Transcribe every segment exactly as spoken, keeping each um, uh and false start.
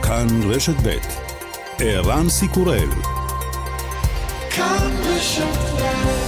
כאן רשת ב' ערן סיקורל. כאן רשת ב'.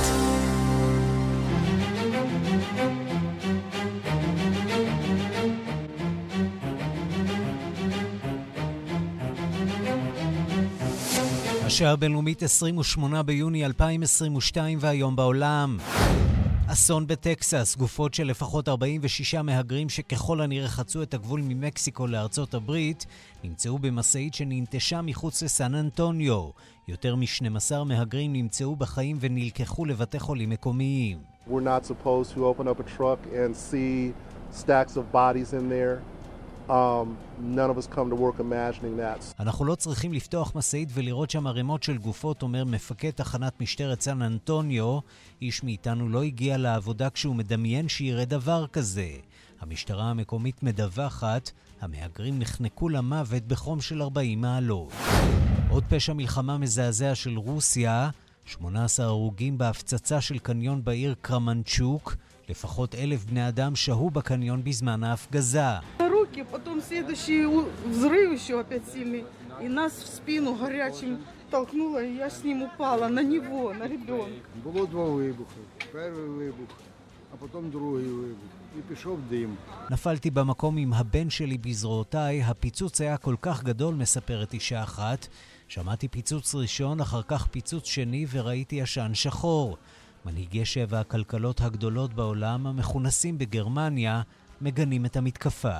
השעה הבינלאומית עשרים ושמונה ביוני אלפיים עשרים ושתיים והיום בעולם. אסון בטקסס, גופות של לפחות ארבעים ושישה מהגרים שככל הנראה חצו את הגבול ממקסיקו לארצות הברית, נמצאו במשאית שננטשה מחוץ לסן אנטוניו. יותר מ-שנים עשר מהגרים נמצאו בחיים ונלקחו לבתי חולים מקומיים. We're not supposed to open up a truck and see stacks of bodies in there. Um, none of us come to work imagining that. אנחנו לא צריכים לפתוח משאית ולראות שם ערימות של גופות, אומר מפקד תחנת משטרת סן אנטוניו. איש מאיתנו לא הגיע לעבודה כשהוא מדמיין שיראה דבר כזה. המשטרה המקומית מדווחת, המהגרים נחנקו למוות בחום של ארבעים מעלות. עוד פשע מלחמה מזעזע של רוסיה, שמונה עשר הרוגים בהפצצה של קניון בעיר קרמנצ'וק. לפחות אלף בני אדם שהו בקניון בזמן ההפגזה. Потом следующий взрыв еще опять сильный, и нас в спину горячим толкнуло, и я с ним упала на него, на ребенка. Було два вибухи. Перший вибух, а потім другий вибух. І пішов дим. נפלתי במקום עם הבן שלי בזרועותיי, הפיצוץ היה כל כך גדול, מספרת אישה אחת. שמעתי פיצוץ ראשון, אחר כך פיצוץ שני וראיתי עשן שחור. מנהיגי שבע הכלכלות הגדולות בעולם, המכונסים בגרמניה, מגנים את המתקפה.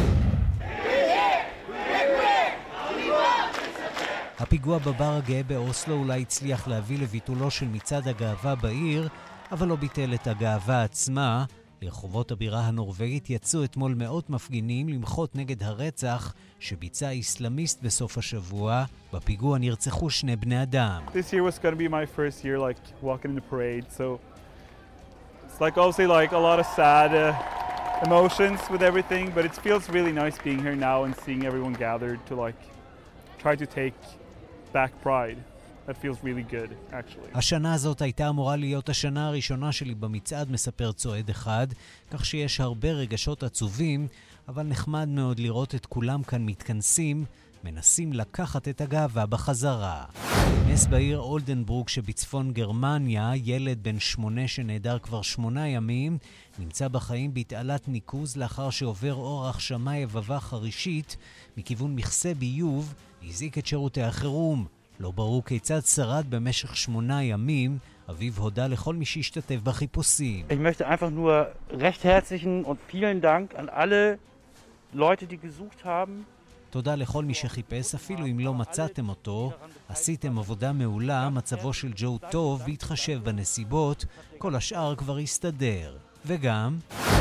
הפיגוע בבר הגאה באוסלו אולי הצליח להביא לביטולו של מצעד הגאווה בעיר, אבל לא ביטל את הגאווה עצמה. לרחובות הבירה הנורווגית יצאו אתמול מאות מפגינים למחות נגד הרצח שביצע איסלאמיסט בסוף השבוע. בפיגוע נרצחו שני בני אדם. This year was going to be my first year like walking in the parade, so it's like obviously like a lot of sad uh, emotions with everything, but it feels really nice being here now and seeing everyone gathered to like try to take back pride. That feels really good, actually. השנה הזאת הייתה אמורה להיות השנה הראשונה שלי במצעד, מספר צועד אחד, כך שיש הרבה רגשות עצובים, אבל נחמד מאוד לראות את כולם כאן מתכנסים, מנסים לקחת את הגאווה בחזרה. נס בעיר אולדנבורג שבצפון גרמניה, ילד בן שמונה שנעדר כבר שמונה ימים, נמצא בחיים בהתעלת ניקוז לאחר שעובר אורח שמע יבבה חרישית מכיוון מכסה ביוב, הזיק את שירותי החירום. לא ברור כיצד שרד במשך שמונה ימים. אביו הודה לכל מי שהשתתף בחיפושים. Ich möchte einfach nur recht herzlichen und vielen Dank an alle Leute, die gesucht haben. תודה לכל מי שחיפש, אפילו אם לא מצאתם אותו. עשיתם עבודה מעולה, מצבו של ג'ו טוב, בהתחשב בנסיבות, כל השאר כבר יסתדר. וגם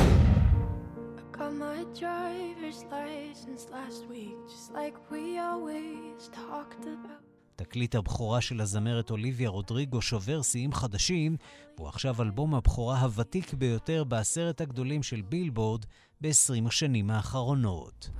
תקליט הבכורה של הזמרת אוליביה רודריגו שובר שיאים חדשים, והוא עכשיו אלבום הבכורה הוותיק ביותר בעשרת הגדולים של בילבורד ב-עשרים השנים האחרונות.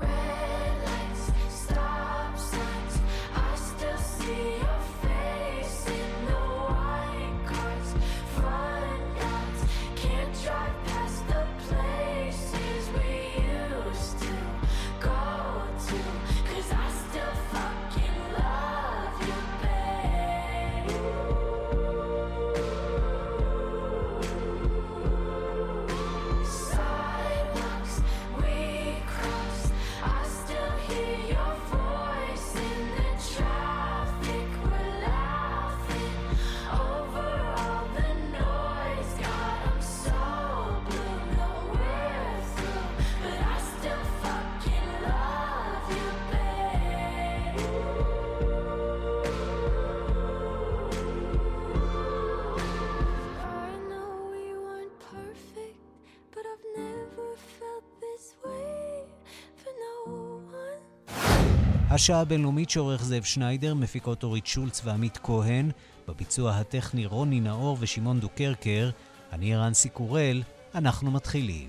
השעה הבינלאומית שעורך זאב שניידר, מפיקות אורית שולץ ועמית כהן, בביצוע הטכני רוני נאור ושמעון דוקרקר. אני ערן סיקורל, אנחנו מתחילים.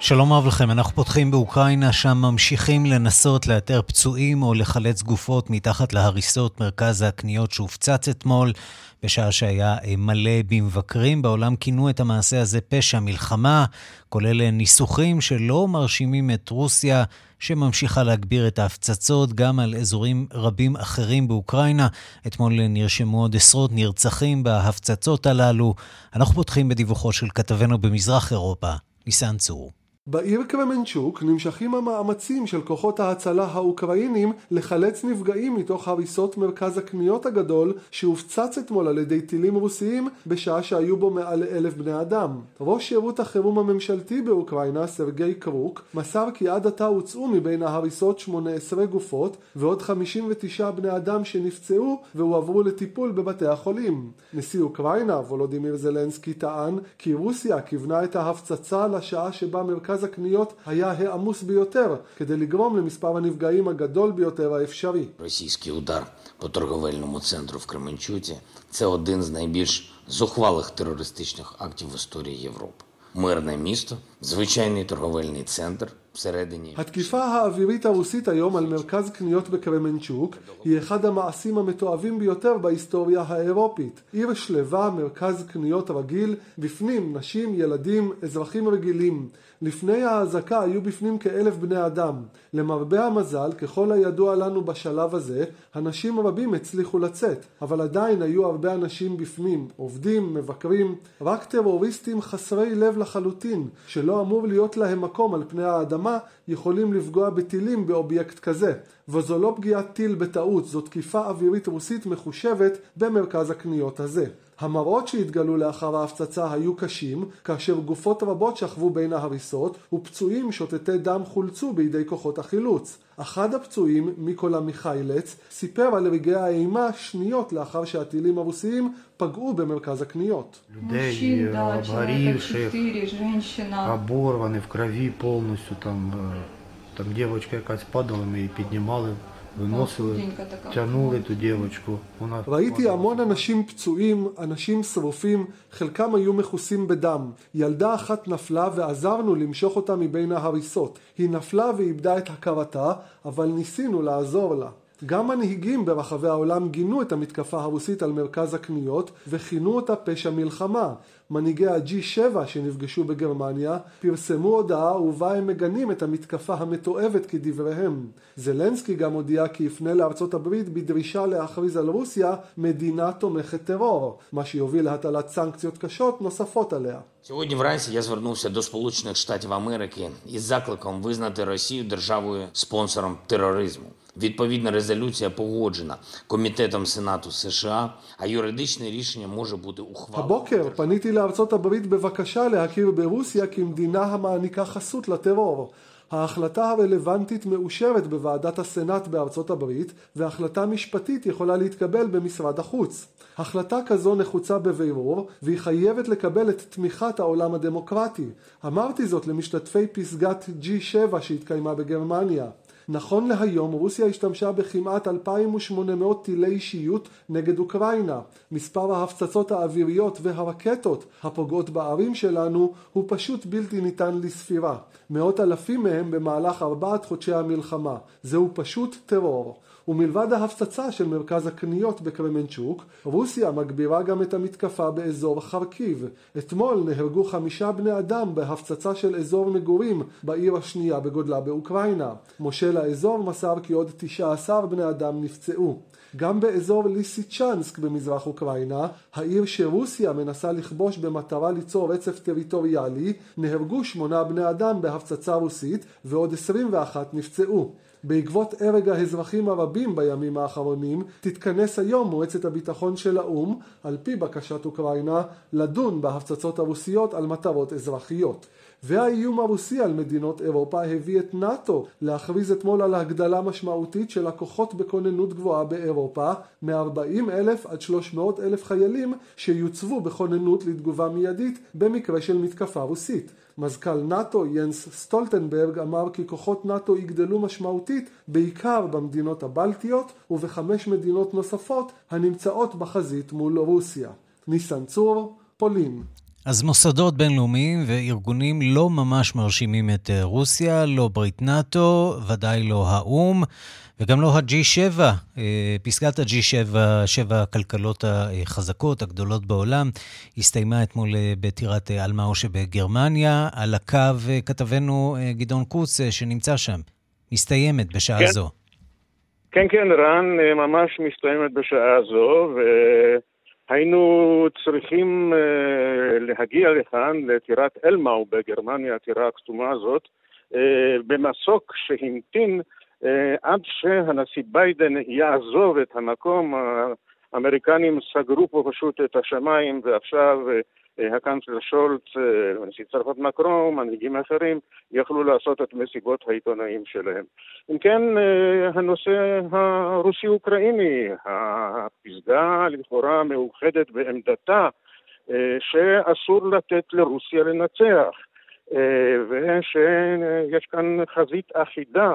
שלום רב לכם, אנחנו פותחים באוקראינה, שם ממשיכים לנסות לאתר פצועים או לחלץ גופות מתחת להריסות מרכז הקניות שהופצץ אתמול, בשעה שהיה מלא במבקרים. בעולם כינו את המעשה הזה פשע מלחמה, כולל ניסוחים שלא מרשימים את רוסיה, שממשיכה להגביר את ההפצצות גם על אזורים רבים אחרים באוקראינה. אתמול נרשמו עוד עשרות נרצחים בהפצצות הללו. אנחנו פותחים בדיווחו של כתבנו במזרח אירופה, ניסן צור. בעיר קרמנצ'וק נמשכים המאמצים של כוחות ההצלה האוקראינים לחלץ נפגעים מתוך הריסות מרכז הקניות הגדול שהופצץ אתמול על ידי טילים רוסיים בשעה שהיו בו מעל אלף בני אדם. ראש שירות החירום הממשלתי באוקראינה, סרגי קרוק, מסר כי עד עתה הוצאו מבין ההריסות שמונה עשרה גופות ועוד חמישים ותשעה בני אדם שנפצעו והועברו לטיפול בבתי החולים. נשיא אוקראינה, וולודימיר זלנסקי, טען כי רוסיה כיוונה את ההפצצה לשעה שבה מרכז הקניות היה העמוס ביותר, כדי לגרום למספר הנפגעים הגדול ביותר האפשרי. Російський удар по торговельному центру в Кременчуці – це один з найбільш зухвалих терористичних актів в історії Європи. Мирне місто, звичайний торговельний центр всередині. התקיפה האווירית הרוסית היום על מרכז קניות בקרמנצ'וק היא אחד המעשים המתועבים ביותר בהיסטוריה האירופית. עיר שלווה, מרכז קניות רגיל, בפנים נשים, ילדים, אזרחים רגילים. לפני ההזקה היו בפנים כאלף בני אדם. למרבה המזל, ככל הידוע לנו בשלב הזה, אנשים רבים הצליחו לצאת, אבל עדיין היו הרבה אנשים בפנים, עובדים, מבקרים, רק טרוריסטים חסרי לב לחלוטין, שלא אמור להיות להם מקום על פני האדמה, יכולים לפגוע בטילים באובייקט כזה. וזו לא פגיעת טיל בטעות, זו תקיפה אווירית רוסית מחושבת במרכז הקניות הזה. המראות שהתגלו לאחר ההפצצה היו קשים, כאשר גופות רבות שכבו בין ההריסות, ופצועים שוטטי דם חולצו בידי כוחות החילוץ. אחד הפצועים, מיקולה מיכאילץ, סיפר על רגעי האימה שניות לאחר שהטילים הרוסיים פגעו במרכז הקניות. людей обгоревших, оборваны в крови полностью, там, там девочка якась падала, ми її піднімали, виносили, тянули ту девочку. ראיתי המון אנשים פצועים, אנשים שרופים, חלקם היו מכוסים בדם. ילדה אחת נפלה ועזרנו למשוך אותה מבין ההריסות. היא נפלה ואיבדה את הכרתה, אבל ניסינו לעזור לה. גם מנהיגים ברחבי העולם גינו את המתקפה הרוסית על מרכז הקניות וכינו אותה פשע מלחמה. מנהיגי ה-ג'י שבע שנפגשו בגרמניה פרסמו הודעה ובה הם מגנים את המתקפה המתועבת כדבריהם. זלנסקי גם הודיע כי יפנה לארצות הברית בדרישה להכריז על רוסיה מדינה תומכת טרור, מה שיוביל להטלת סנקציות קשות нософот עליה. Сьогодні вранці я звернувся до Сполучених Штатів Америки із закликом визнати Росію державою-спонсором тероризму. Відповідна резолюція погоджена Комітетом Сенату США, а юридичне рішення може бути ухвалене. הבוקר פניתי לארצות הברית בבקשה להכיר ברוסיה כמדינה המעניקה חסות לטרור. ההחלטה הרלוונטית מאושרת בוועדת הסנאט בארצות הברית, והחלטה משפטית יכולה להתקבל במשרד החוץ. החלטה כזו נחוצה בבירור, והיא חייבת לקבל את תמיכת העולם הדמוקרטי. אמרתי זאת למשתתפי פסגת ג'י שבע שהתקיימה בגרמניה. נכון להיום רוסיה השתמשה בכמעט אלפיים ושמונה מאות טילי אישיות נגד אוקראינה. מספר ההפצצות האוויריות והרקטות הפוגעות בערים שלנו הוא פשוט בלתי ניתן לספירה. מאות אלפים מהם במהלך ארבעת חודשי המלחמה. זהו פשוט טרור. ומלבד ההפצצה של מרכז הקניות בקרמנצ'וק, רוסיה מגבירה גם את המתקפה באזור חרקיב. אתמול נהרגו חמישה בני אדם בהפצצה של אזור מגורים בעיר השנייה בגודלה באוקראינה. מושל האזור מסר כי עוד תשעה עשר בני אדם נפצעו. גם באזור ליסיצ'נסק במזרח אוקראינה, העיר שרוסיה מנסה לכבוש במטרה ליצור רצף טריטוריאלי, נהרגו שמונה בני אדם בהפצצה רוסית ועוד עשרים ואחת נפצעו. בעקבות הרג האזרחים הרבים בימים האחרונים, תתכנס היום מועצת הביטחון של האו"ם, על פי בקשת אוקראינה, לדון בהפצצות הרוסיות על מטרות אזרחיות. והאיום הרוסי על מדינות אירופה הביא את נאטו להכריז אתמול על הגדלה משמעותית של הכוחות בכוננות גבוהה באירופה, מ-ארבעים אלף עד שלוש מאות אלף חיילים שיוצבו בכוננות לתגובה מיידית במקרה של מתקפה רוסית. מזכ"ל נאטו ינס סטולטנברג אמר כי כוחות נאטו יגדלו משמעותית בעיקר במדינות הבלטיות ובחמש מדינות נוספות הנמצאות בחזית מול רוסיה. ניסן צור, פולין. אז מוסדות בינלאומיים וארגונים לא ממש מרשימים את רוסיה, לא ברית נאטו, ודאי לא האום, וגם לא ה-ג'י שבע, פסגת ה-ג'י שבע, שבע הכלכלות החזקות, הגדולות בעולם, הסתיימה אתמול בטירת אלמאו שבגרמניה, על הקו כתבנו גדעון קוץ שנמצא שם, מסתיימת בשעה כן. זו. כן, כן, רן, ממש מסתיימת בשעה זו, והיינו צריכים להגיע לכאן, לטירת אלמאו בגרמניה, הטירה הכתומה הזאת, במסוק שהמתין עד שהנשיא ביידן יעזוב את המקום. האמריקנים סגרו פה פשוט את השמיים, ועכשיו הקנצלר שולץ, נשיא צרפת מקרון, מנהיגים אחרים, יכלו לעשות את מסיבות העיתונאים שלהם. אם כן, הנושא הרוסי-אוקראיני, הפסגה לכאורה מאוחדת בעמדתה, שאסור לתת לרוסיה לנצח, ושיש כאן חזית אחידה,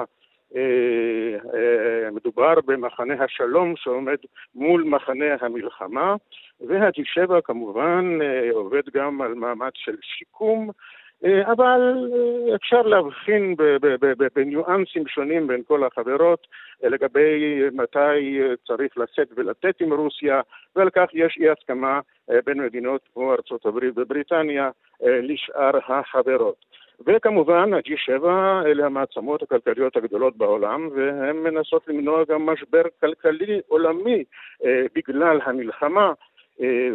מדובר במחנה השלום שעומד מול מחנה המלחמה, וה-ג'י שבע כמובן עובד גם על מאמץ של שיקום, אבל אפשר להבחין בניואנסים שונים בין כל החברות לגבי מתי צריך לשאת ולתת עם רוסיה, ועל כך יש אי הסכמה בין מדינות כמו ארצות הברית ובריטניה לשאר החברות. וכמובן, ה-ג'י שבע אלה המעצמות הכלכליות הגדולות בעולם, והן מנסות למנוע גם משבר כלכלי עולמי אה, בגלל המלחמה, אה,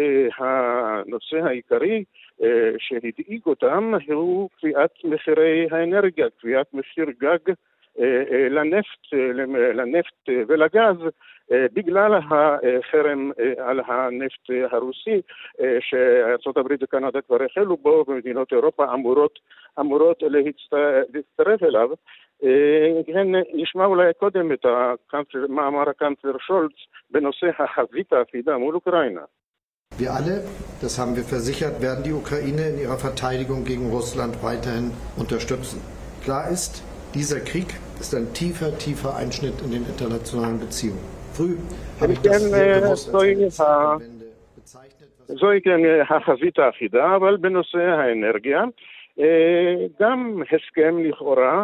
והנושא העיקרי אה, שהדאיג אותם הוא קביעת מחירי האנרגיה, קביעת מחיר גג אה, אה, לנפט, אה, לנפט אה, ולגז, בגלל החרם על הנפט הרוסי שארצות הברית וקנדה כבר החלו בו, ומדינות אירופה אמורות, אמורות להצטרף אליו. כן, נשמע אולי קודם את הקנצלר, מה אמר הקנצלר שולץ בנושא החזית האחידה מול אוקראינה. Wir alle, das haben wir versichert, werden die Ukraine in ihrer Verteidigung gegen Russland weiterhin unterstützen. Klar ist, dieser Krieg ist ein tiefer, tiefer Einschnitt in den internationalen Beziehungen. Früh habe ich das sehr bewusst als eine Zeitenwende bezeichnet. זוהי כן החזית האחידה, אבל בנושא האנרגיה, גם הסכם לכאורה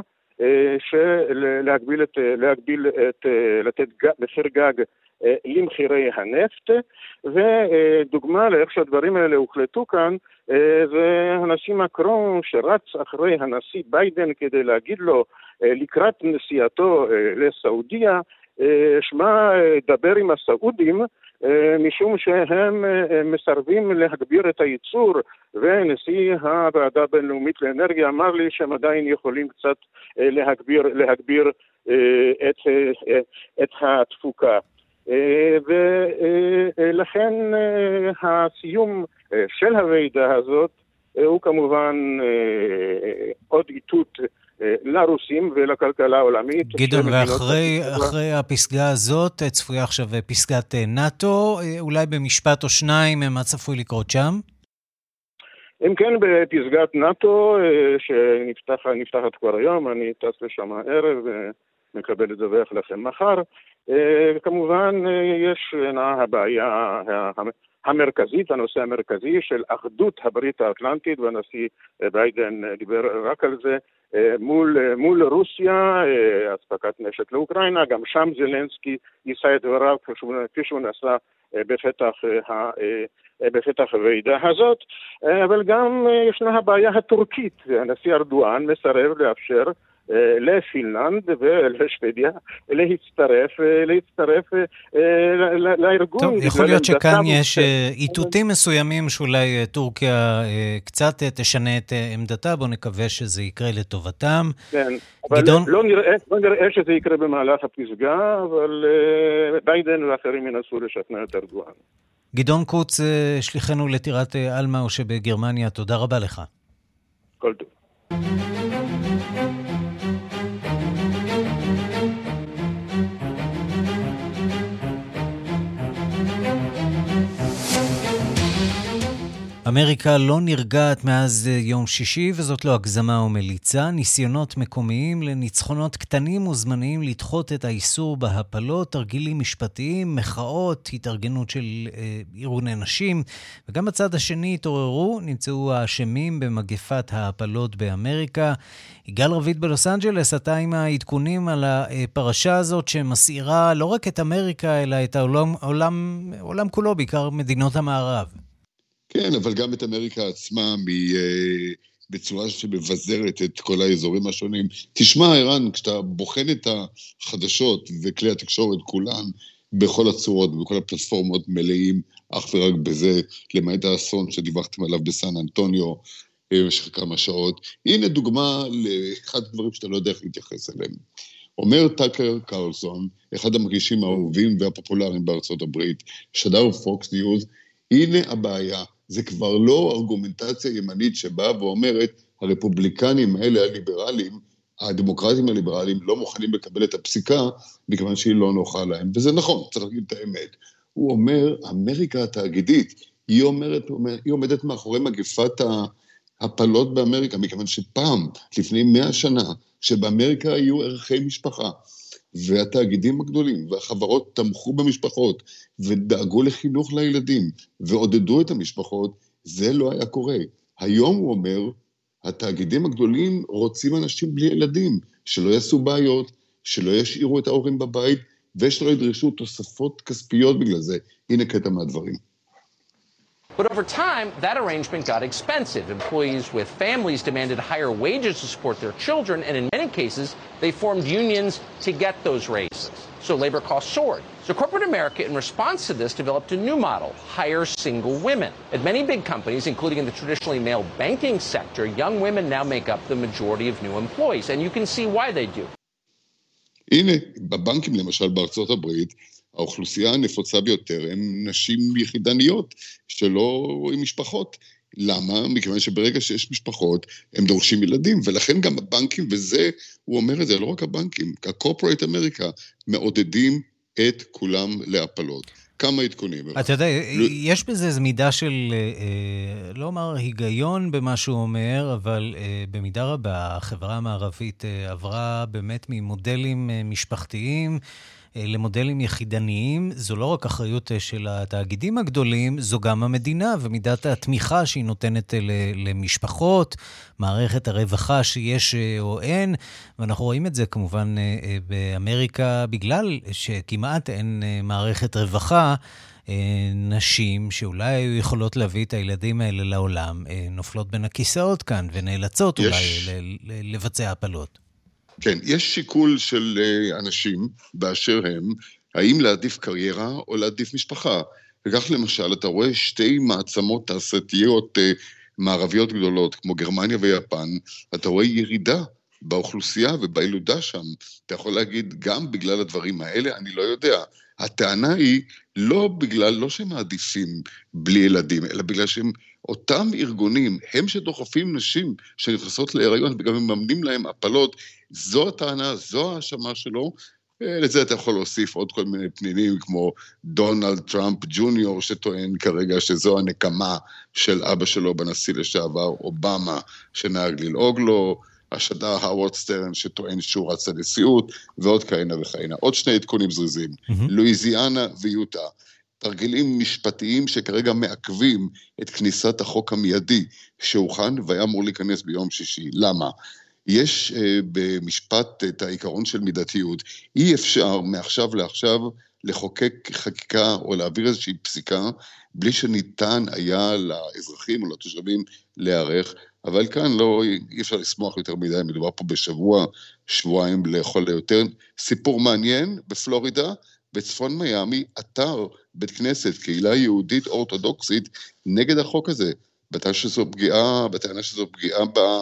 של להגביל את, להגביל את, לתת מחיר גג למחירי הנפט, ודוגמה לאיך שהדברים האלה הוחלטו כאן, זה הנשיא מקרון שרץ אחרי הנשיא ביידן כדי להגיד לו לקראת נסיעתו לסעודיה, שמה דבר עם הסעודים, משום שהם מסרבים להגביר את הייצור, ונשיא הוועדה הבינלאומית לאנרגיה אמר לי שהם עדיין יכולים קצת להגביר, להגביר את, את התפוקה. ולכן הסיום של הוועידה הזאת הוא כמובן עוד איתות לרוסים ולכלכלה העולמית. גדעון, ואחרי אחרי הפסגה הזאת צפויה עכשיו פסגת נאטו, אולי במשפט או שניים מה צפוי לקרות שם? אם כן, בפסגת נאטו שנפתחת כבר היום, אני טס לשם הערב ומקבל לדווח לכם מחר. כמובן יש הבעיה המרכזית, הנושא המרכזי של אחדות הברית האטלנטית, והנשיא ביידן דיבר רק על זה, מול, מול רוסיה, אספקת נשק לאוקראינה, גם שם זלנסקי יישא את דבריו כפי שהוא נעשה בפתח, בפתח הוועידה הזאת, אבל גם ישנה הבעיה הטורקית, הנשיא ארדואן מסרב לאפשר לפינלנד ולשוודיה להצטרף, להצטרף לארגון. טוב, יכול להיות שכאן יש איתותים מסוימים שאולי טורקיה קצת תשנה את עמדתה, בוא נקווה שזה יקרה לטובתם. כן, אבל לא נראה, לא נראה שזה יקרה במהלך הפסגה, אבל ביידן ואחרים ינסו לשכנע את ארדואן. גדעון קוץ, שליחנו לטירת אלמאו שבגרמניה, תודה רבה לך. כל טוב. אמריקה לא נרגעת מאז יום שישי, וזאת לא הגזמה או מליצה. ניסיונות מקומיים לניצחונות קטנים וזמניים לדחות את האיסור בהפלות, תרגילים משפטיים, מחאות, התארגנות של אה, ארגוני נשים, וגם בצד השני התעוררו, נמצאו האשמים במגפת ההפלות באמריקה. יגאל רביד בלוס אנג'לס, אתה עם העדכונים על הפרשה הזאת שמסעירה לא רק את אמריקה, אלא את העולם, העולם, העולם כולו, בעיקר מדינות המערב. כן, אבל גם את אמריקה עצמה בצורה שמבזרת את כל האזורים השונים. תשמע, ערן, כשאתה בוחן את החדשות וכלי התקשורת כולם, בכל הצורות, בכל הפלטפורמות מלאים, אך ורק בזה, למעט האסון שדיווחתם עליו בסן אנטוניו, במשך כמה שעות. הנה דוגמה לאחד הדברים שאתה לא יודע איך להתייחס אליהם. אומר טאקר קרלסון, אחד המגישים האהובים והפופולריים בארצות הברית, שדר פוקס ניוז, הנה הבעיה. זה כבר לא ארגומנטציה ימנית שבאה ואומרת, הרפובליקנים האלה הליברליים, הדמוקרטים הליברליים לא מוכנים לקבל את הפסיקה, מכיוון שהיא לא נוחה להם. וזה נכון, צריך להגיד את האמת. הוא אומר, אמריקה התאגידית, היא, אומרת, היא עומדת מאחורי מגפת ההפלות באמריקה, מכיוון שפעם, לפני מאה שנה, שבאמריקה היו ערכי משפחה, והתאגידים הגדולים והחברות תמכו במשפחות ודאגו לחינוך לילדים ועודדו את המשפחות, זה לא היה קורה. היום הוא אומר, התאגידים הגדולים רוצים אנשים בלי ילדים, שלא יעשו בעיות, שלא ישאירו את ההורים בבית, ושלא ידרשו תוספות כספיות בגלל זה. הנה קטע מהדברים. But over time, that arrangement got expensive. Employees with families demanded higher wages to support their children, and in many cases, they formed unions to get those raises. So labor costs soared. So corporate America, in response to this, developed a new model, hire single women. At many big companies, including in the traditionally male banking sector, young women now make up the majority of new employees, and you can see why they do. הנה, בבנקים למשל בארצות הברית, האוכלוסייה הנפוצה ביותר הם נשים יחידניות שלא עם משפחות. למה? מכיוון שברגע שיש משפחות הם דורשים ילדים, ולכן גם הבנקים, וזה, הוא אומר את זה, לא רק הבנקים, הקורפורייט אמריקה מעודדים את כולם להפלות. כמה עדכונים. אתה יודע, יש בזה איזו מידה של, לא אומר היגיון במה שהוא אומר, אבל במידה רבה החברה המערבית עברה באמת ממודלים משפחתיים, למודלים יחידניים. זו לא רק אחריות של התאגידים הגדולים, זו גם המדינה ומידת התמיכה שהיא נותנת למשפחות, מערכת הרווחה שיש או אין, ואנחנו רואים את זה כמובן באמריקה, בגלל שכמעט אין מערכת רווחה, נשים שאולי היו יכולות להביא את הילדים האלה לעולם, נופלות בין הכיסאות כאן ונאלצות יש... אולי לבצע הפלות. כן, יש שיקול של אנשים באשר הם, האם להעדיף קריירה או להעדיף משפחה. וכך למשל, אתה רואה שתי מעצמות תעשייתיות מערביות גדולות, כמו גרמניה ויפן, אתה רואה ירידה באוכלוסייה ובילודה שם. אתה יכול להגיד, גם בגלל הדברים האלה, אני לא יודע. הטענה היא לא בגלל, לא שהם מעדיפים בלי ילדים, אלא בגלל שהם אותם ארגונים, הם שדוחפים נשים שנכנסות להיריון, וגם הם ממנים להם הפלות, זו הטענה, זו ההאשמה שלו. לזה אתה יכול להוסיף עוד כל מיני פנינים, כמו דונלד טראמפ ג'וניור, שטוען כרגע שזו הנקמה של אבא שלו בנשיא לשעבר, אובמה, שנהג ללעוג לו, השדר הווארד סטרן שטוען שהוא רצה לנשיאות, ועוד כהנה וכהנה. עוד שני עדכונים זריזים, mm-hmm. לואיזיאנה ויוטה, תרגילים משפטיים שכרגע מעכבים את כניסת החוק המיידי שהוכן והיה אמור להיכנס ביום שישי. למה? יש uh, במשפט את העיקרון של מידתיות. אי אפשר מעכשיו לעכשיו לחוקק חקיקה או להעביר איזושהי פסיקה בלי שניתן היה לאזרחים או לתושבים להיערך, אבל כאן לא, אי אפשר לשמוח יותר מדי, מדובר פה בשבוע, שבועיים לכל היותר. סיפור מעניין בפלורידה, בצפון מיאמי, אתר בית כנסת, קהילה יהודית אורתודוקסית, נגד החוק הזה, בטענה שזו פגיעה, בטענה שזו פגיעה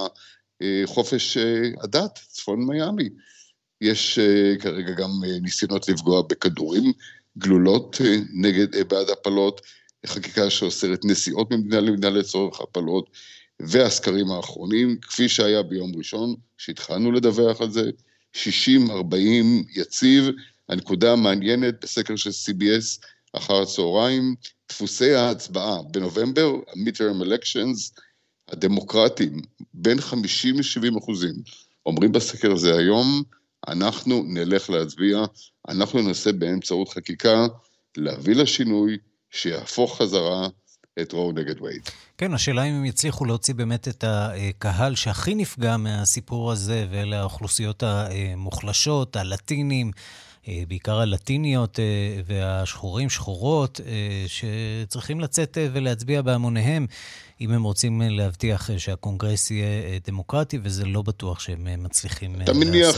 בחופש הדת, צפון מיאמי. יש כרגע גם ניסיונות לפגוע בכדורים, גלולות נגד בעד הפלות, חקיקה שאוסרת נסיעות ממדינה למדינה לצורך הפלות, והסקרים האחרונים, כפי שהיה ביום ראשון, שהתחלנו לדווח על זה, שישים ארבעים יציב. הנקודה המעניינת בסקר של סי בי אס, אחר הצהריים, דפוסי ההצבעה בנובמבר, ה-midterm elections, הדמוקרטים, בין חמישים ל-שבעים אחוזים, אומרים בסקר הזה היום, אנחנו נלך להצביע, אנחנו ננסה באמצעות חקיקה, להביא לשינוי שיהפוך חזרה את רו נגד וייד. כן, השאלה אם הם יצליחו להוציא באמת את הקהל שהכי נפגע מהסיפור הזה, ואלה האוכלוסיות המוחלשות, הלטינים, בעיקר הלטיניות והשחורים שחורות, שצריכים לצאת ולהצביע בהמוניהם, אם הם רוצים להבטיח שהקונגרס יהיה דמוקרטי, וזה לא בטוח שהם מצליחים לעשות. אתה מניח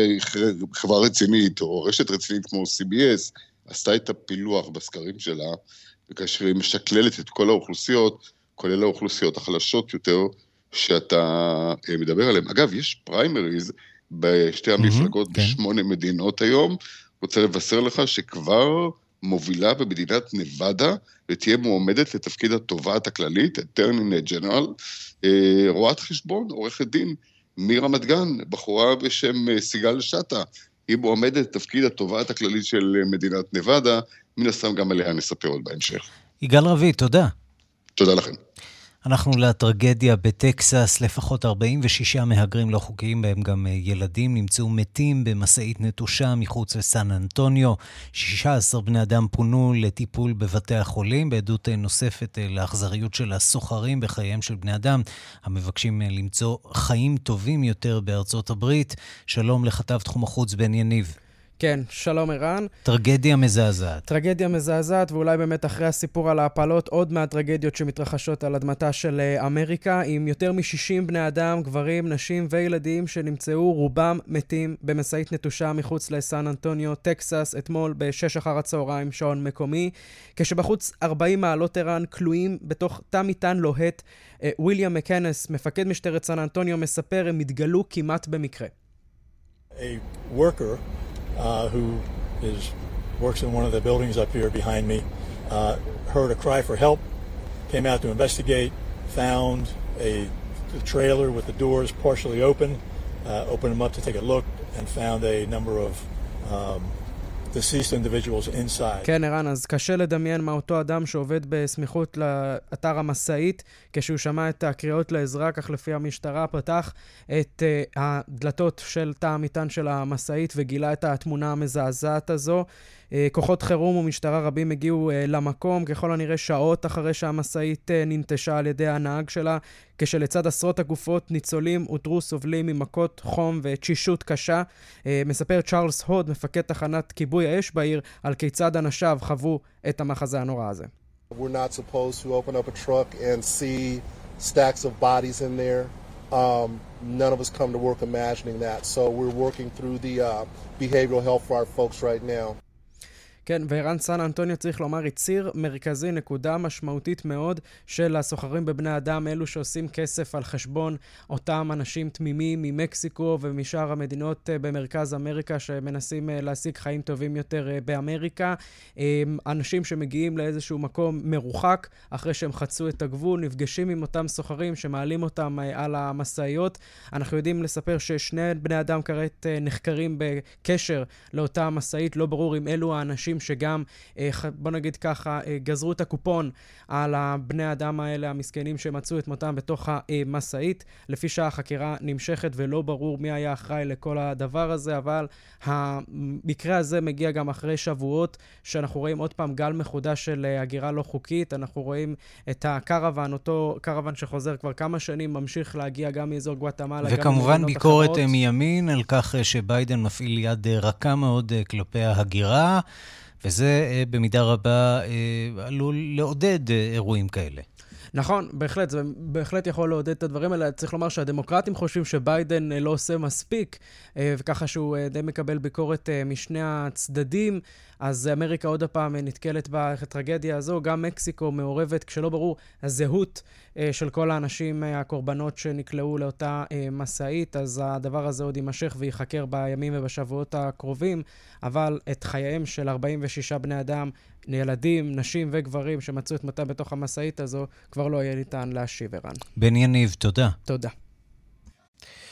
שחברה רצינית, או רשת רצינית כמו סי בי אס, עשתה את הפילוח בסקרים שלה, וכאשר היא משקללת את כל האוכלוסיות, כולל האוכלוסיות החלשות יותר, שאתה מדבר עליהן. אגב, יש פריימריז בשתי המפלגות בשמונה מדינות היום, רוצה לבשר לך שכבר מובילה במדינת נבדה, ותהיה מועמדת לתפקיד התובעת הכללית, אטרני ג'נרל, רואת חשבון, עורכת דין, מרמת גן, בחורה בשם סיגל שטה, היא מועמדת לתפקיד התובעת הכללית של מדינת נבדה, מן הסתם גם עליה נספר עוד בהמשך. יגאל רביד, תודה. תודה לכם. אנחנו לטרגדיה בטקסס, לפחות ארבעים ושישה מהגרים לא חוקיים, בהם גם ילדים, נמצאו מתים במשאית נטושה מחוץ לסן אנטוניו. שישה עשר בני אדם פונו לטיפול בבתי החולים, בעדות נוספת לאכזריות של הסוחרים בחייהם של בני אדם, המבקשים למצוא חיים טובים יותר בארצות הברית. שלום לכתב תחום החוץ בן יניב. כן, שלום ערן. טרגדיה מזעזעת. טרגדיה מזעזעת, ואולי באמת אחרי הסיפור על ההפלות, עוד מהטרגדיות שמתרחשות על אדמתה של אמריקה, עם יותר מ-שישים בני אדם, גברים, נשים וילדים שנמצאו רובם מתים במשאית נטושה מחוץ לסן אנטוניו, טקסס, אתמול בשש אחר הצהריים, שעון מקומי, כשבחוץ ארבעים מעלות ערן כלואים בתוך תא מטען לוהט. וויליאם מקנס, מפקד משטרת סן אנטוניו, מספר, הם התגלו כמעט במקרה. A worker Uh, who is works in one of the buildings up here behind me, uh, heard a cry for help, came out to investigate, found a, a trailer with the doors partially open, uh, opened them up to take a look, and found a number of um, deceased individuals inside. כן, ערן, אז קשה לדמיין מה אותו אדם שעובד בסמיכות לאתר המסעית, כשהוא שמע את הקריאות לעזרה, כך לפי המשטרה, פתח את uh, הדלתות של תא המטען של המסעית וגילה את התמונה המזעזעת הזו. Uh, כוחות חירום ומשטרה רבים הגיעו uh, למקום, ככל הנראה שעות אחרי שהמסעית uh, ננטשה על ידי הנהג שלה, כשלצד עשרות הגופות ניצולים אותרו סובלים ממכות חום ותשישות קשה. Uh, מספר צ'ארלס הוד, מפקד תחנת כיבוי האש בעיר, על כיצד אנשיו חוו את המחזה הנורא הזה. We're not supposed to open up a truck and see stacks of bodies in there. Um, none of us come to work imagining that. So we're working through the uh, behavioral health for our folks right now. כן, וערן, סן אנטוניו, צריך לומר, היא ציר מרכזי, נקודה משמעותית מאוד של הסוחרים בבני אדם, אלו שעושים כסף על חשבון אותם אנשים תמימים ממקסיקו ומשאר המדינות במרכז אמריקה שמנסים להשיג חיים טובים יותר באמריקה. אנשים שמגיעים לאיזשהו מקום מרוחק, אחרי שהם חצו את הגבול, נפגשים עם אותם סוחרים שמעלים אותם על המסעיות. אנחנו יודעים לספר ששני בני אדם כעת נחקרים בקשר לאותה מסעית, לא ברור אם אלו האנשים שגם, בוא נגיד ככה, גזרו את הקופון על הבני האדם האלה המסכנים שמצאו את מותם בתוך המסעית. לפי שהחקירה נמשכת ולא ברור מי היה אחראי לכל הדבר הזה, אבל המקרה הזה מגיע גם אחרי שבועות שאנחנו רואים עוד פעם גל מחודש של הגירה לא חוקית. אנחנו רואים את הקרוון, אותו קרוון שחוזר כבר כמה שנים, ממשיך להגיע גם מאזור גואטמלה. וכמובן ביקורת אחרות. מימין על כך שביידן מפעיל יד רכה מאוד כלפי ההגירה, וזה במידה רבה עלול לעודד אירועים כאלה. נכון, בהחלט, זה בהחלט יכול לעודד את הדברים האלה. צריך לומר שהדמוקרטים חושבים שביידן לא עושה מספיק, וככה שהוא די מקבל ביקורת משני הצדדים, אז אמריקה עוד הפעם נתקלת בטרגדיה הזו. גם מקסיקו מעורבת, כשלא ברור הזהות של כל האנשים, הקורבנות שנקלעו לאותה מסעית, אז הדבר הזה עוד יימשך ויחקר בימים ובשבועות הקרובים, אבל את חייהם של ארבעים ושישה בני אדם, ילדים, נשים וגברים שמצאו את מותם בתוך המסעית הזו, כבר לא יהיה ניתן להשיב, ערן. בן יניב, תודה. תודה.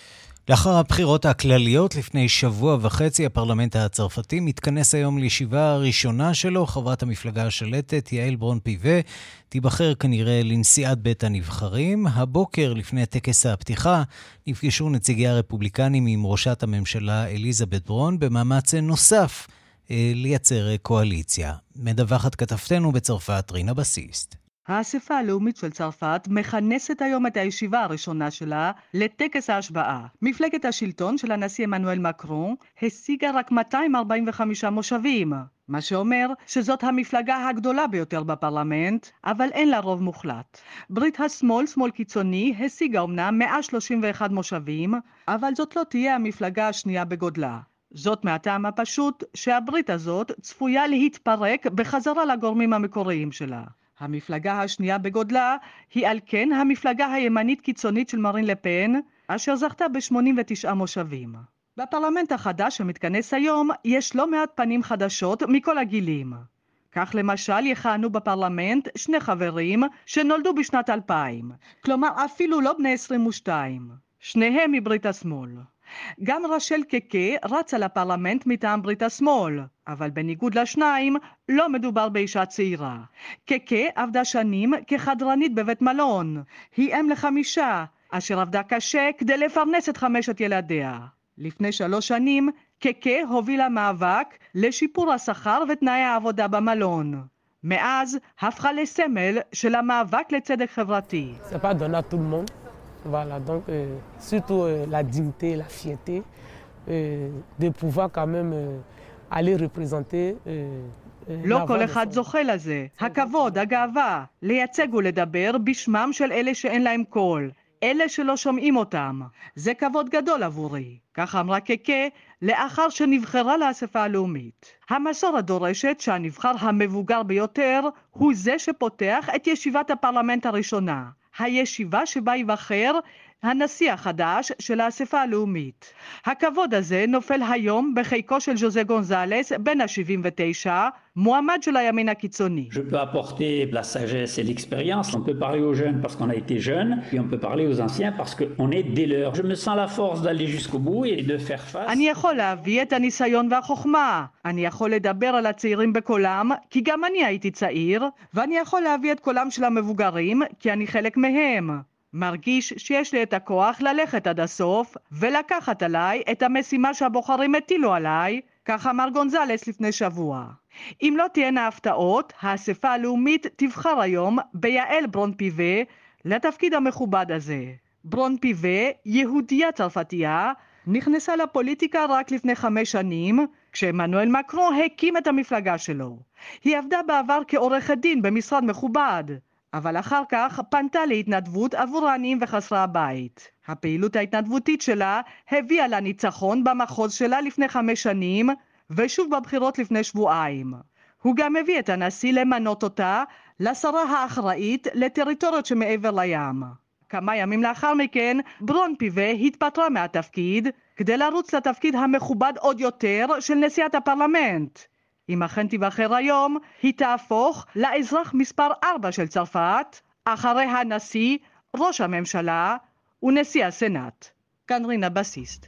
לאחר הבחירות הכלליות לפני שבוע וחצי, הפרלמנט הצרפתי מתכנס היום לישיבה הראשונה שלו. חברת המפלגה השלטת, יעל ברון פיבה, תיבחר כנראה לנשיאת בית הנבחרים. הבוקר לפני טקס הפתיחה נפגשו נציגי הרפובליקנים עם ראשת הממשלה אליזבת ברון במאמץ נוסף אה, לייצר קואליציה. מדווחת כתבתנו בצרפת רינה בסיסט. האספה הלאומית של צרפת מכנסת היום את הישיבה הראשונה שלה לטקס ההשבעה. מפלגת השלטון של הנשיא עמנואל מקרון השיגה רק מאתיים ארבעים וחמישה מושבים, מה שאומר שזאת המפלגה הגדולה ביותר בפרלמנט, אבל אין לה רוב מוחלט. ברית השמאל, שמאל קיצוני, השיגה אומנם מאה שלושים ואחד מושבים, אבל זאת לא תהיה המפלגה השנייה בגודלה. זאת מהטעם הפשוט שהברית הזאת צפויה להתפרק בחזרה לגורמים המקוריים שלה. המפלגה השנייה בגודלה היא על כן המפלגה הימנית קיצונית של מרין לפן, אשר זכתה ב-שמונים ותשעה מושבים. בפרלמנט החדש שמתכנס היום יש לא מעט פנים חדשות מכל הגילים. כך למשל יכהנו בפרלמנט שני חברים שנולדו בשנת אלפיים, כלומר אפילו לא בני עשרים ושתיים, שניהם מברית השמאל. גם רשל קקה רצה לפרלמנט מטעם ברית השמאל, אבל בניגוד לשניים לא מדובר באישה צעירה. קקה עבדה שנים כחדרנית בבית מלון. היא אם לחמישה, אשר עבדה קשה כדי לפרנס את חמשת ילדיה. לפני שלוש שנים קקה הובילה מאבק לשיפור השכר ותנאי העבודה במלון. מאז הפכה לסמל של המאבק לצדק חברתי. C'est pas donné à tout le monde. Voilà, donc euh, surtout euh, la dignité, la fierté euh, de pouvoir quand même euh, aller représenter euh, לא כל אחד זוכה לזה. הכבוד, הגאווה, לייצג ולדבר בשמם של אלה שאין להם קול, אלה שלא שומעים אותם. זה כבוד גדול עבורי, כך אמרה קקה לאחר שנבחרה לאספה הלאומית. המסורת דורשת שהנבחר המבוגר ביותר הוא זה שפותח את ישיבת הפרלמנט הראשונה. הישיבה שבה ייבחר הנשיא החדש של האספה הלאומית. הכבוד הזה נופל היום בחיקו של ז'וזה גונזלס, בן ה-שבעים ותשע, מועמד של הימין הקיצוני. Je peux apporter la sagesse et l'expérience. On peut parler aux jeunes parce qu'on a été jeunes, et on peut parler aux anciens parce qu'on est des leurs. Je me sens la force d'aller jusqu'au bout et de faire face. אני יכול להביא את הניסיון והחוכמה. אני יכול לדבר על הצעירים בקולם, כי גם אני הייתי צעיר, ואני יכול להביא את קולם של המבוגרים, כי אני חלק מהם. מרגיש שיש לי את הכוח ללכת עד הסוף ולקחת עליי את המשימה שהבוחרים הטילו עליי, כך אמר גונזלס לפני שבוע. אם לא תהיינה הפתעות, האספה הלאומית תבחר היום ביעל ברון פיבה לתפקיד המכובד הזה. ברון פיבה, יהודיה צרפתייה, נכנסה לפוליטיקה רק לפני חמש שנים, כשעמנואל מקרון הקים את המפלגה שלו. היא עבדה בעבר כעורכת דין במשרד מכובד, אבל אחר כך פנתה להתנדבות עבור העניים וחסרי הבית. הפעילות ההתנדבותית שלה הביאה לה ניצחון במחוז שלה לפני חמש שנים, ושוב בבחירות לפני שבועיים. הוא גם הביא את הנשיא למנות אותה לשרה האחראית לטריטוריות שמעבר לים. כמה ימים לאחר מכן, ברון פיבה התפטרה מהתפקיד, כדי לרוץ לתפקיד המכובד עוד יותר של נשיאת הפרלמנט. אם אכן תיבחר היום, היא תהפוך לאזרח מספר ארבע של צרפת, אחרי הנשיא, ראש הממשלה ונשיא הסנאט. כאן רינה בסיסט.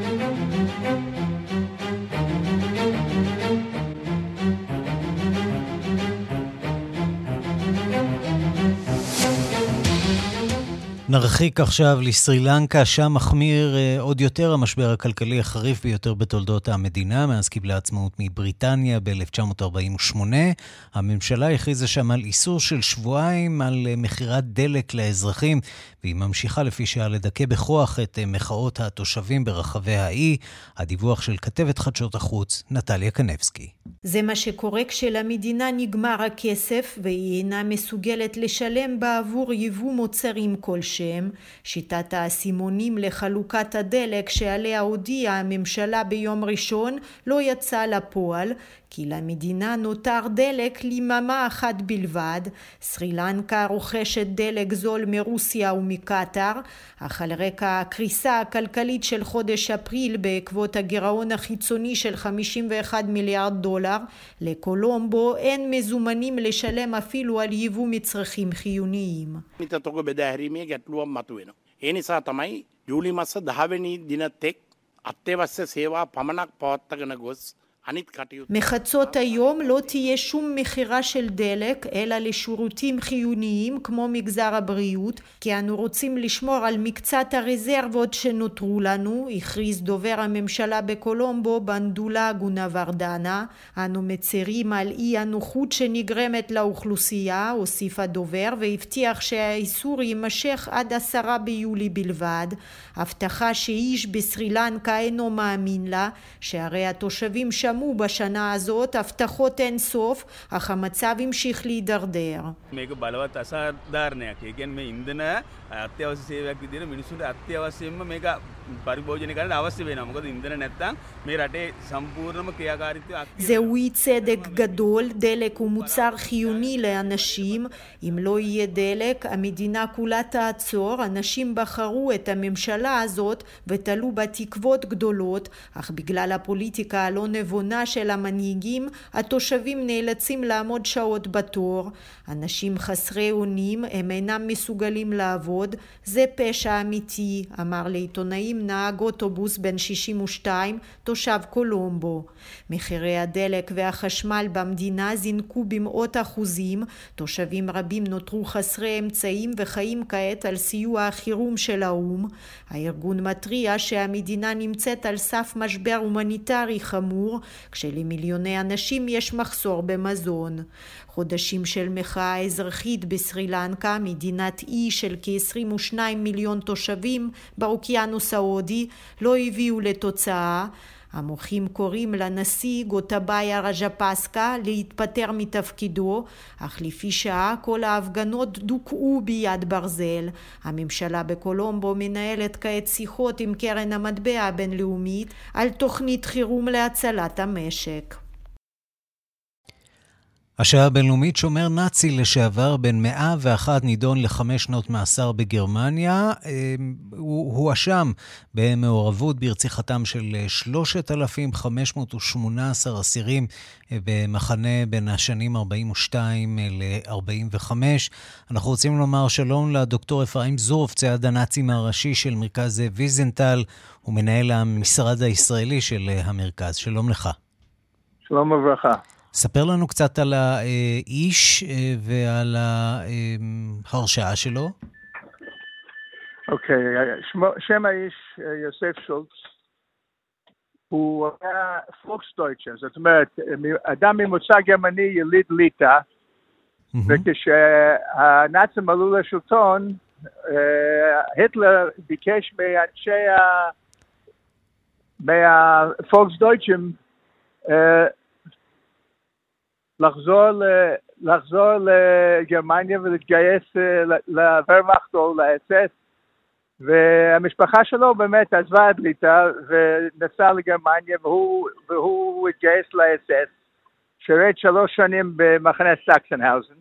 נרחיק עכשיו לסרי לנקה, שם מחמיר אה, עוד יותר המשבר הכלכלי החריף ביותר בתולדות המדינה, מאז קיבלה עצמאות מבריטניה ב-אלף תשע מאות ארבעים ושמונה. הממשלה הכריזה שם על איסור של שבועיים על אה, מחירת דלק לאזרחים, והיא ממשיכה לפי שעה לדכא בכוח את אה, מחאות התושבים ברחבי האי. הדיווח של כתבת חדשות החוץ, נטליה קנבסקי. זה מה שקורה כשלמדינה נגמר הכסף והיא אינה מסוגלת לשלם בעבור יבוא מוצרים כלשהם. שיטת הסימונים לחלוקת הדלק שעליה הודיעה הממשלה ביום ראשון לא יצאה לפועל, כי למדינה נותר דלק ליממה אחת בלבד. סרי לנקה רוכשת דלק זול מרוסיה ומקטר, אך על רקע הקריסה הכלכלית של חודש אפריל בעקבות הגירעון החיצוני של חמישים ואחד מיליארד דולר, לקולומבו אין מזומנים לשלם אפילו על יבוא מצרכים חיוניים. ඒ නිසා තමයි ජූලි මාස දහ වෙනි දිනත් එක් අත්‍යවශ්‍ය සේවා පමණක් පවත්වාගෙන ගොස් מחצות היום לא תהיה שום מחירה של דלק, אלא לשירותים חיוניים כמו מגזר הבריאות, כי אנו רוצים לשמור על מקצת הרזרבות שנותרו לנו, הכריז דובר הממשלה בקולומבו בנדולה גונה ורדנה. אנו מצרים על אי הנוחות שנגרמת לאוכלוסייה, הוסיף הדובר, והבטיח שהאיסור יימשך עד עשרה ביולי בלבד. הבטחה שאיש בסרילנקה אינו מאמין לה, שהרי התושבים שם שמעו בשנה הזאת הבטחות אין סוף, אך המצב המשיך להידרדר. මේක බලවත් අසාධාරණයක්. ඒ කියන්නේ මේ ඉන්ධන අත්‍යවශ්‍ය සේවයක් විදිහට මිනිස්සුන්ට අත්‍යවශ්‍යයෙන්ම මේක පරිභෝජනය කරන්න අවශ්‍ය වෙනවා. මොකද ඉන්ධන නැත්තම් මේ රටේ සම්පූර්ණම ක්‍රියාකාරීත්වය අක්තිය. זוהי צדק גדול, דלק הוא מוצר חיוני לאנשים. אם לא יהיה דלק, המדינה כולה תעצור. אנשים בחרו את הממשלה הזאת ותלו בתקוות גדולות, אך בגלל הפוליטיקה הלא נבונה של המנהיגים, התושבים נאלצים לעמוד שעות בתור. אנשים חסרי אונים, הם אינם מסוגלים לעבוד. זה פשע אמיתי, אמר לעיתונאים נהג אוטובוס בן שישים ושתיים, תושב קולומבו. מחירי הדלק והחשמל במדינה זינקו במאות אחוזים, תושבים רבים נותרו חסרי אמצעים וחיים כעת על סיוע החירום של האו"ם. הארגון מתריע שהמדינה נמצאת על סף משבר הומניטרי חמור, כשלמיליוני אנשים יש מחסור במזון. חודשים של מחאה אזרחית בסרילנקה, מדינת אי של כ-עשרים ושניים מיליון תושבים באוקיינוס ההודי, לא הביאו לתוצאה. המוחים קוראים לנשיא גוטבאיה רג'פסקה להתפטר מתפקידו, אך לפי שעה כל ההפגנות דוכאו ביד ברזל. הממשלה בקולומבו מנהלת כעת שיחות עם קרן המטבע הבינלאומית על תוכנית חירום להצלת המשק. השעה הבינלאומית, שומר נאצי לשעבר בן מאה ואחת נידון לחמש שנות מאסר בגרמניה. הוא הואשם במעורבות ברציחתם של שלושת אלפים חמש מאות ושמונה עשרה אסירים במחנה בין השנים ארבעים ושתיים ל-ארבעים וחמש. אנחנו רוצים לומר שלום לדוקטור אפרים זורף, צייד הנאצים הראשי של מרכז ויזנטל, ומנהל המשרד הישראלי של המרכז. שלום לך. שלום וברכה. ספר לנו קצת על האיש ועל ההרשעה שלו. אוקיי, שם האיש יוסף שולץ, הוא היה פוקסדויטשר, זאת אומרת, אדם ממוצא גרמני יליד ליטא, וכשהנאצים עלו לשלטון, היטלר ביקש מאנשי מהפוקסדויטשים לחזור, לחזור לגרמניה ולהתגייס לוורמאכט או לאס אס, והמשפחה שלו באמת עזבה את ליטא ונסע לגרמניה, והוא, והוא התגייס לאס אס, שירת שלוש שנים במחנה סקסנהאוזן,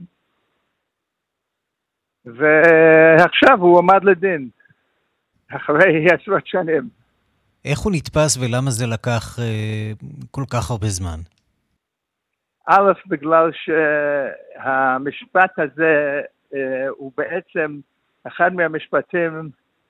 ועכשיו הוא עמד לדין, אחרי עשרות שנים. איך הוא נתפס ולמה זה לקח אה, כל כך הרבה זמן? א', בגלל שהמשפט הזה אה, הוא בעצם אחד מהמשפטים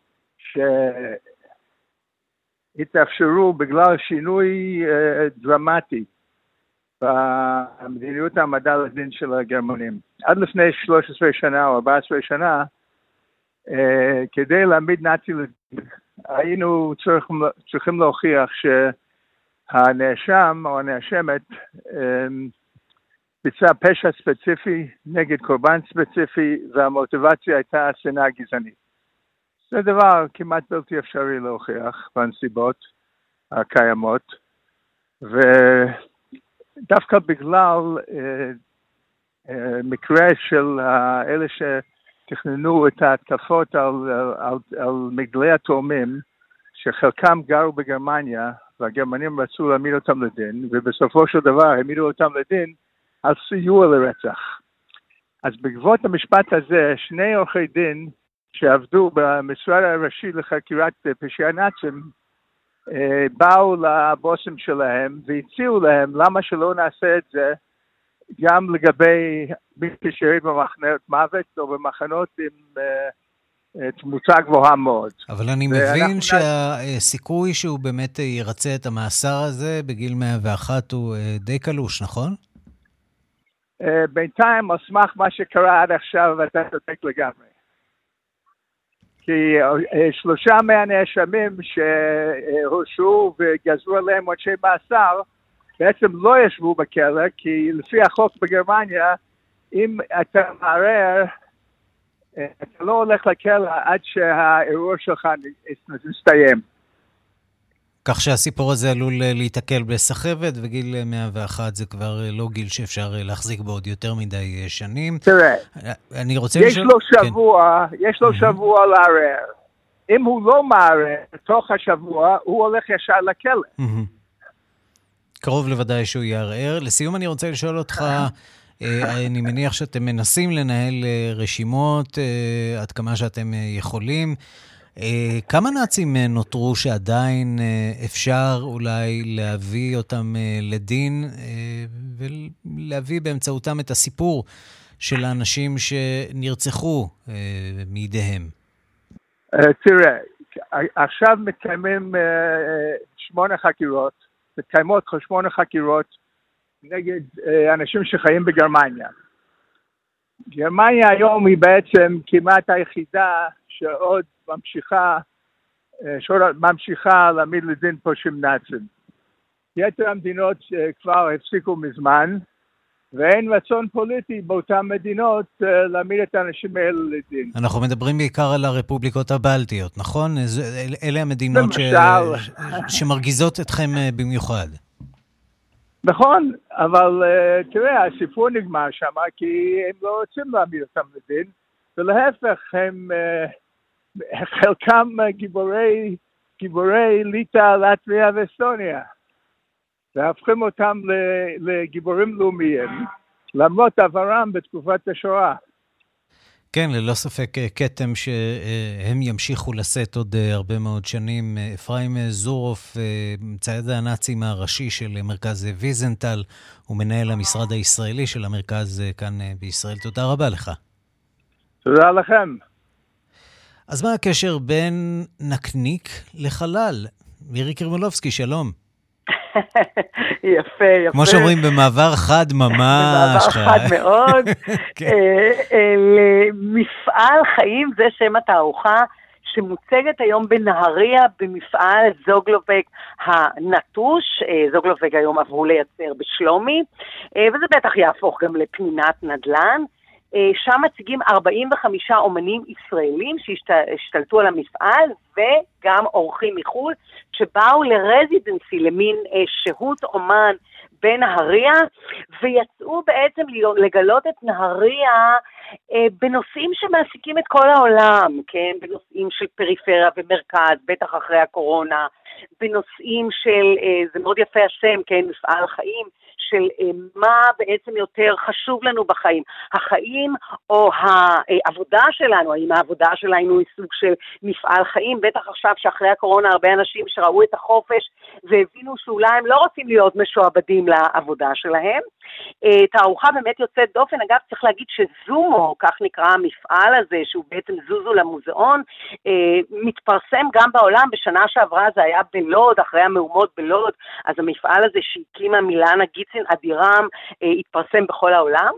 שהתאפשרו בגלל שינוי אה, דרמטי במדיניות העמדה לדין של הגרמנים. עד לפני שלוש עשרה שנה או ארבע עשרה שנה, אה, כדי להעמיד נאצי לדין, היינו צריכים, צריכים להוכיח שהנאשם או הנאשמת אה, ביצע פשע ספציפי נגד קורבן ספציפי, והמוטיבציה הייתה שנאה גזענית. זה דבר כמעט בלתי אפשרי להוכיח בנסיבות הקיימות, ודווקא בגלל אה, אה, מקרה של אה, אלה שתכננו את ההתקפות על, על, על מגדלי התאומים, שחלקם גרו בגרמניה, והגרמנים רצו להעמיד אותם לדין, ובסופו של דבר העמידו אותם לדין, על סיוע לרצח. אז בעקבות המשפט הזה, שני עורכי דין שעבדו במשרד הראשי לחקירת פשעי נאצים, באו לבוסים שלהם והציעו להם למה שלא נעשה את זה גם לגבי מי ששירת במחנות מוות או במחנות עם, תמותה גבוהה מאוד. אבל אני מבין שהסיכוי שהוא באמת ירצה את המאסר הזה בגיל מאה ואחת הוא די קלוש, נכון? בינתיים, על סמך מה שקרה עד עכשיו, אתה צודק לגמרי. כי שלושה מהנאשמים שהורשעו וגזרו עליהם עונשי מאסר, בעצם לא ישבו בכלא, כי לפי החוק בגרמניה, אם אתה מערער, אתה לא הולך לכלא עד שהאירוע שלך מסתיים. כך שהסיפור הזה עלול להתעכל בסחבת, וגיל מאה ואחת זה כבר לא גיל שאפשר להחזיק בו עוד יותר מדי שנים. תראה, אני רוצה יש לשאול... לו שבוע, כן. יש לו שבוע לערער. אם הוא לא מערער בתוך השבוע, הוא הולך ישר לכלא. קרוב לוודאי שהוא יערער. לסיום אני רוצה לשאול אותך, אני מניח שאתם מנסים לנהל רשימות עד כמה שאתם יכולים. כמה נאצים נותרו שעדיין אפשר אולי להביא אותם לדין ולהביא באמצעותם את הסיפור של האנשים שנרצחו מידיהם? תראה, עכשיו מתקיימים שמונה חקירות, מתקיימות שמונה חקירות נגד אנשים שחיים בגרמניה. גרמניה היום היא בעצם כמעט היחידה שעוד ממשיכה, שעוד ממשיכה להעמיד לדין פושעים נאצים. יתר המדינות כבר הפסיקו מזמן, ואין רצון פוליטי באותן מדינות להעמיד את האנשים האלה לדין. אנחנו מדברים בעיקר על הרפובליקות הבלטיות, נכון? אלה המדינות ש... שמרגיזות אתכם במיוחד. נכון, אבל uh, תראה, הסיפור נגמר שם, כי הם לא רוצים להעמיד אותם לדין, ולהפך, הם, uh, חלקם גיבורי, גיבורי ליטא, לטביה ואסטוניה, והפכים אותם לגיבורים לאומיים, למרות עברם בתקופת השואה. כן, ללא ספק קטם שהם ימשיכו לשאת עוד הרבה מאוד שנים. אפרים זורוף, צייד הנאצים הראשי של מרכז ויזנטל, הוא מנהל המשרד הישראלי של המרכז כאן בישראל. תודה רבה לך. תודה לכם. אז מה הקשר בין נקניק לחלל? מירי קרמלובסקי, שלום. יפה, יפה. כמו שאומרים, במעבר חד ממש. במעבר חד מאוד. למפעל חיים, זה שם התערוכה שמוצגת היום בנהריה במפעל זוגלובק הנטוש. זוגלובק היום עברו לייצר בשלומי, וזה בטח יהפוך גם לפנינת נדל"ן. שם מציגים ארבעים וחמישה אומנים ישראלים שהשתלטו על המפעל, וגם אורחים מחול שבאו לרזידנסי, למין שהות אומן בנהריה, ויצאו בעצם לגלות את נהריה בנושאים שמעסיקים את כל העולם, כן? בנושאים של פריפריה ומרכז, בטח אחרי הקורונה, בנושאים של, זה מאוד יפה השם, כן? מפעל חיים, של מה בעצם יותר חשוב לנו בחיים, החיים או העבודה שלנו, האם העבודה שלנו היא סוג של מפעל חיים, בטח עכשיו שאחרי הקורונה הרבה אנשים שראו את החופש והבינו שאולי הם לא רוצים להיות משועבדים לעבודה שלהם. תערוכה באמת יוצאת דופן, אגב צריך להגיד שזומו, כך נקרא המפעל הזה, שהוא בעצם זוזו למוזיאון, מתפרסם גם בעולם. בשנה שעברה זה היה בלוד, אחרי המהומות בלוד, אז המפעל הזה שהקימה מילנה גיצין אדירם התפרסם בכל העולם,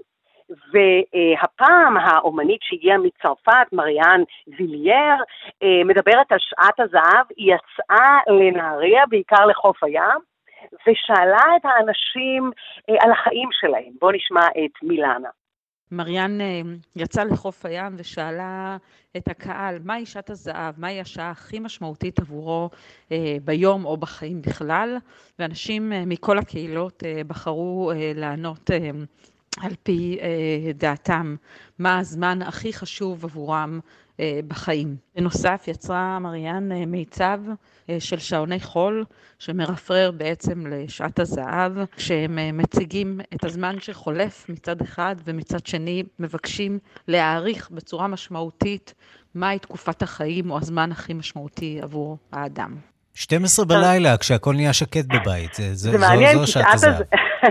והפעם האומנית שהגיעה מצרפת, מריאן וילייר, מדברת על שעת הזהב. היא יצאה לנהריה, בעיקר לחוף הים, ושאלה את האנשים על החיים שלהם. בואו נשמע את מילנה. מריאן יצאה לחוף הים ושאלה את הקהל, מהי שעת הזהב, מהי השעה הכי משמעותית עבורו ביום או בחיים בכלל, ואנשים מכל הקהילות בחרו לענות על פי דעתם מה הזמן הכי חשוב עבורם בחיים. בנוסף יצרה מריאן מיצב של שעוני חול שמרפרר בעצם לשעת הזהב, שהם מציגים את הזמן שחולף מצד אחד, ומצד שני מבקשים להעריך בצורה משמעותית מהי תקופת החיים או הזמן הכי משמעותי עבור האדם. שתים עשרה בלילה, כשהכל נהיה שקט בבית, זה, זה מעניין, זו, זו שעת הזהב.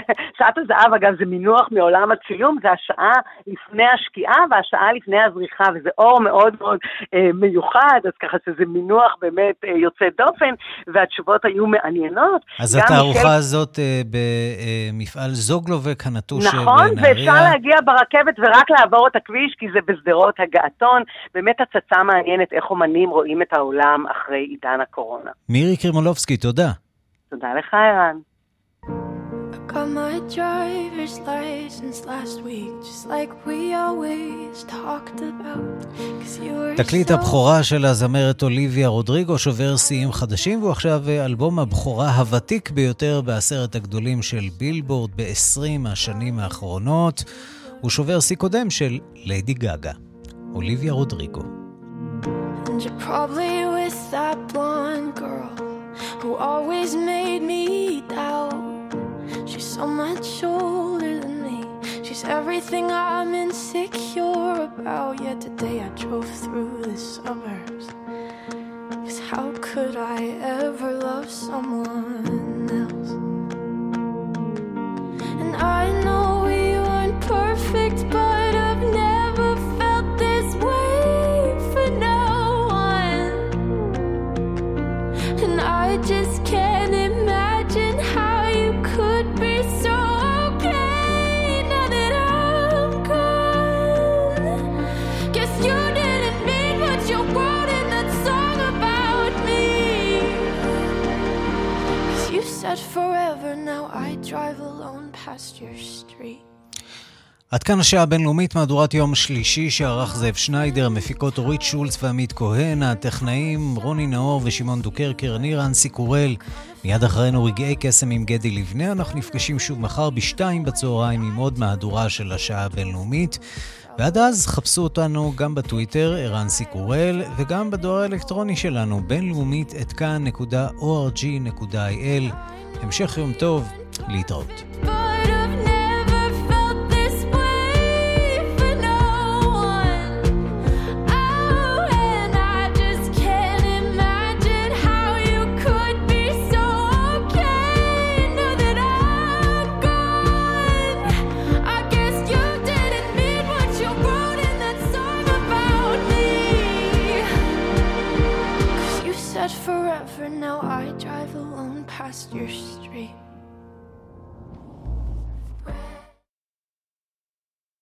שעת הזהב, אגב, זה מינוח מעולם הצילום, זה השעה לפני השקיעה והשעה לפני הזריחה, וזה אור מאוד מאוד אה, מיוחד, אז ככה שזה מינוח באמת אה, יוצא דופן, והתשובות היו מעניינות. אז התערוכה של... הזאת אה, במפעל זוגלובק הנטוש נכון, בנהריה. נכון, ואפשר להגיע ברכבת ורק לעבור את הכביש, כי זה בסדרות הגעתון, באמת הצצה מעניינת איך אומנים רואים את העולם אחרי עידן הקורונה. מירי קרימולובסקי, תודה. תודה לך, ערן. Got my driver's license last week, just like we always talked about. תקליט הבכורה של הזמרת אוליביה רודריגו שובר שיאים חדשים, והוא עכשיו אלבום הבכורה הוותיק ביותר בעשרת הגדולים של בילבורד ב-עשרים השנים האחרונות. הוא שובר שיא קודם של ליידי גגה. אוליביה רודריגו. And you're probably with that blonde girl who always made me doubt. She's so much older than me. She's everything I'm insecure about. Yet today I drove through the suburbs. 'Cause how could I ever love someone else? And I know we weren't perfect, but I've never felt this way for no one. And I just can't imagine how you could be so okay now that I'm gone. Guess you didn't mean what you wrote in that song about me. 'Cause you said forever, now I drive alone past your street. עד כאן השעה הבינלאומית, מהדורת יום שלישי שערך זאב שניידר, מפיקות אורית שולץ ועמית כהן, הטכנאים רוני נאור ושמעון דוקרקר, אני רנסי קורל. מיד אחרינו רגעי קסם עם גדי לבנה. אנחנו נפגשים שוב מחר בשתיים בצהריים עם עוד מהדורה של השעה הבינלאומית, ועד אז חפשו אותנו גם בטוויטר רנסי קורל, וגם בדואר האלקטרוני שלנו בינלאומית את כאן נקודה או אר ג'י נקודה איי אל. המשך יום טוב, להתראות. Forever now I drive alone past your street.